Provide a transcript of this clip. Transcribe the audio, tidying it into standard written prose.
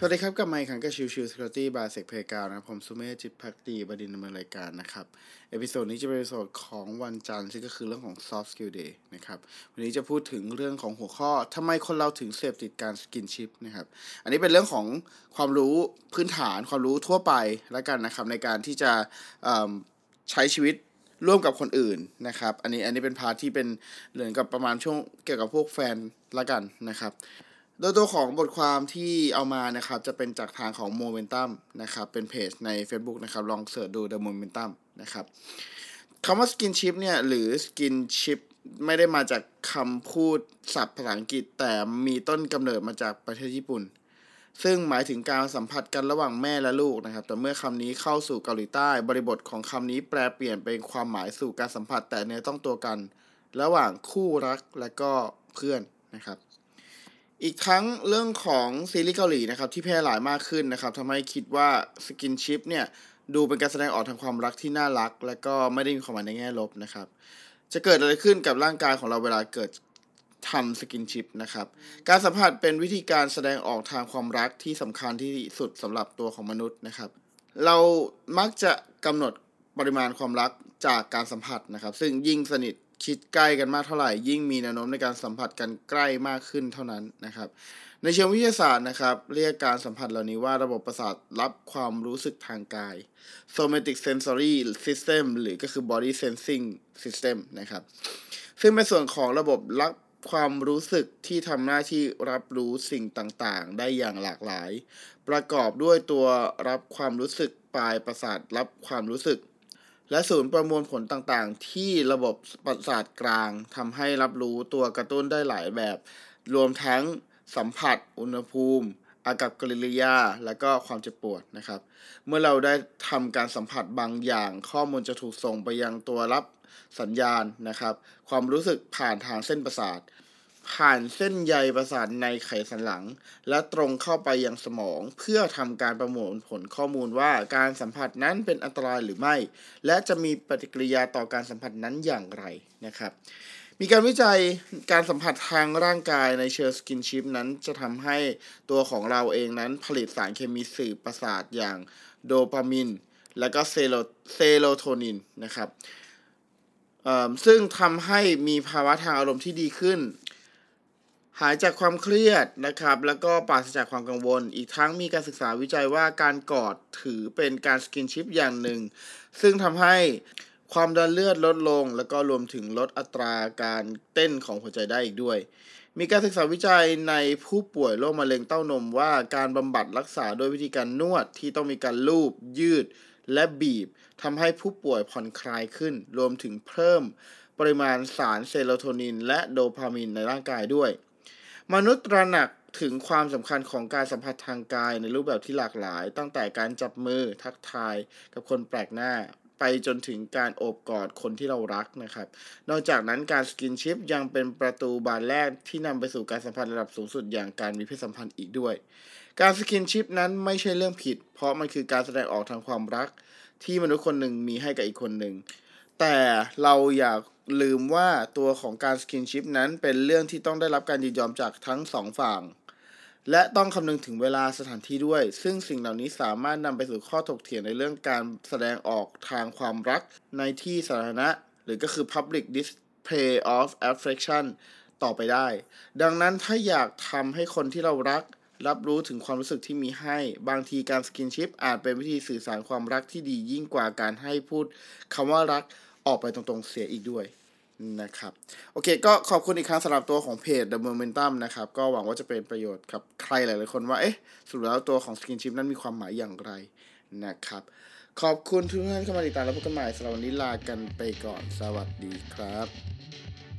วัสดีครับกับไมค์ขังกับชิว Security by Sec Playground นะครับผมสุเมธจิตภักดีบดินทร์ดำเนินรายการนะครับเอพิโซดนี้จะเป็นเอพิโซดของวันจันทร์ซึ่งก็คือเรื่องของ Soft Skill Day นะครับวันนี้จะพูดถึงเรื่องของหัวข้อทำไมคนเราถึงเสพติดการสกินชิปนะครับอันนี้เป็นเรื่องของความรู้พื้นฐานความรู้ทั่วไปแล้วกันนะครับในการที่จะใช้ชีวิตร่วมกับคนอื่นนะครับอันนี้เป็นพาร์ทที่เป็นเหมือนกับประมาณช่วงเกี่ยวกับพวกแฟนละกันนะครับโดยตัวของบทความที่เอามานะครับจะเป็นจากทางของ Momentum นะครับเป็นเพจใน Facebook นะครับลองเสิร์ชดู The Momentum นะครับคำว่า Skinship เนี่ยหรือ Skinship ไม่ได้มาจากคำพูดศัพท์ภาษาอังกฤษแต่มีต้นกำเนิดมาจากประเทศญี่ปุ่นซึ่งหมายถึงการสัมผัสกันระหว่างแม่และลูกนะครับแต่เมื่อคำนี้เข้าสู่เกาหลีใต้บริบทของคำนี้แปลเปลี่ยนเป็นความหมายสู่การสัมผัสแต่เนื้อต้องตัวกันระหว่างคู่รักและก็เพื่อนนะครับอีกทั้งเรื่องของซีรีส์เกาหลีนะครับที่แพร่หลายมากขึ้นนะครับทำให้คิดว่าสกินชิปเนี่ยดูเป็นการแสดงออกทางความรักที่น่ารักและก็ไม่ได้มีความหมายในแง่ลบนะครับจะเกิดอะไรขึ้นกับร่างกายของเราเวลาเกิดทำสกินชิปนะครับการสัมผัสเป็นวิธีการแสดงออกทางความรักที่สำคัญที่สุดสำหรับตัวของมนุษย์นะครับเรามักจะกำหนดปริมาณความรักจากการสัมผัสนะครับซึ่งยิ่งสนิทชิดใกล้กันมากเท่าไหร่ยิ่งมีแนวโน้มในการสัมผัสกันใกล้มากขึ้นเท่านั้นนะครับในเชิงวิทยาศาสตร์นะครับเรียกการสัมผัสเหล่านี้ว่าระบบประสาทรับความรู้สึกทางกาย somatic sensory system หรือก็คือ body sensing system นะครับซึ่งเป็นส่วนของระบบรับความรู้สึกที่ทำหน้าที่รับรู้สิ่งต่างๆได้อย่างหลากหลายประกอบด้วยตัวรับความรู้สึกปลายประสาทรับความรู้สึกและศูนย์ประมวลผลต่างๆที่ระบบประสาทกลางทำให้รับรู้ตัวกระตุ้นได้หลายแบบรวมทั้งสัมผัสอุณหภูมิอากัปกิริยาและก็ความเจ็บปวดนะครับเมื่อเราได้ทำการสัมผัสบางอย่างข้อมูลจะถูกส่งไปยังตัวรับสัญญาณนะครับความรู้สึกผ่านทางเส้นประสาทผ่านเส้นใยประสาทในไขสันหลังและตรงเข้าไปยังสมองเพื่อทำการประมวลผลข้อมูลว่าการสัมผัสนั้นเป็นอันตรายหรือไม่และจะมีปฏิกิริยาต่อการสัมผัสนั้นอย่างไรนะครับมีการวิจัยการสัมผัสทางร่างกายในเชิงสกินชิปนั้นจะทำให้ตัวของเราเองนั้นผลิตสารเคมีสื่อประสาทอย่างโดปามีนและก็เซโรโทนินนะครับซึ่งทำให้มีภาวะทางอารมณ์ที่ดีขึ้นหายจากความเครียดนะครับแล้วก็ปราศจากความกังวลอีกทั้งมีการศึกษาวิจัยว่าการกอดถือเป็นการสกินชิปอย่างหนึ่งซึ่งทำให้ความดันเลือดลดลงแล้วก็รวมถึงลดอัตราการเต้นของหัวใจได้อีกด้วยมีการศึกษาวิจัยในผู้ป่วยโรคมะเร็งเต้านมว่าการบำบัดรักษาโดยวิธีการนวดที่ต้องมีการลูบยืดและบีบทำให้ผู้ป่วยผ่อนคลายขึ้นรวมถึงเพิ่มปริมาณสารเซโรโทนินและโดพามีนในร่างกายด้วยมนุษย์ตระหนักถึงความสำคัญของการสัมผัสทางกายในรูปแบบที่หลากหลายตั้งแต่การจับมือทักทายกับคนแปลกหน้าไปจนถึงการโอบกอดคนที่เรารักนะครับนอกจากนั้นการสกินชิปยังเป็นประตูบานแรกที่นำไปสู่การสัมพันธ์ระดับสูงสุดอย่างการมีเพศสัมพันธ์อีกด้วยการสกินชิปนั้นไม่ใช่เรื่องผิดเพราะมันคือการแสดงออกทางความรักที่มนุษย์คนหนึ่งมีให้กับอีกคนหนึ่งแต่เราอยากลืมว่าตัวของการสกินชิปนั้นเป็นเรื่องที่ต้องได้รับการยินยอมจากทั้งสองฝั่งและต้องคำนึงถึงเวลาสถานที่ด้วยซึ่งสิ่งเหล่านี้สามารถนำไปสู่ข้อถกเถียงในเรื่องการแสดงออกทางความรักในที่สาธารณะหรือก็คือ public display of affection ต่อไปได้ดังนั้นถ้าอยากทำให้คนที่เรารักรับรู้ถึงความรู้สึกที่มีให้บางทีการสกินชิปอาจเป็นวิธีสื่อสารความรักที่ดียิ่งกว่าการให้พูดคำว่ารักออกไปตรงๆเสียอีกด้วยนะครับโอเคก็ขอบคุณอีกครั้งสำหรับตัวของเพจ The Momentum นะครับก็หวังว่าจะเป็นประโยชน์กับใครหลายๆคนว่าสรุปแล้วตัวของสกินชิปนั้นมีความหมายอย่างไรนะครับขอบคุณทุกท่านที่เข้ามาติดตามและพบกันใหม่สำหรับวันนี้ลากันไปก่อนสวัสดีครับ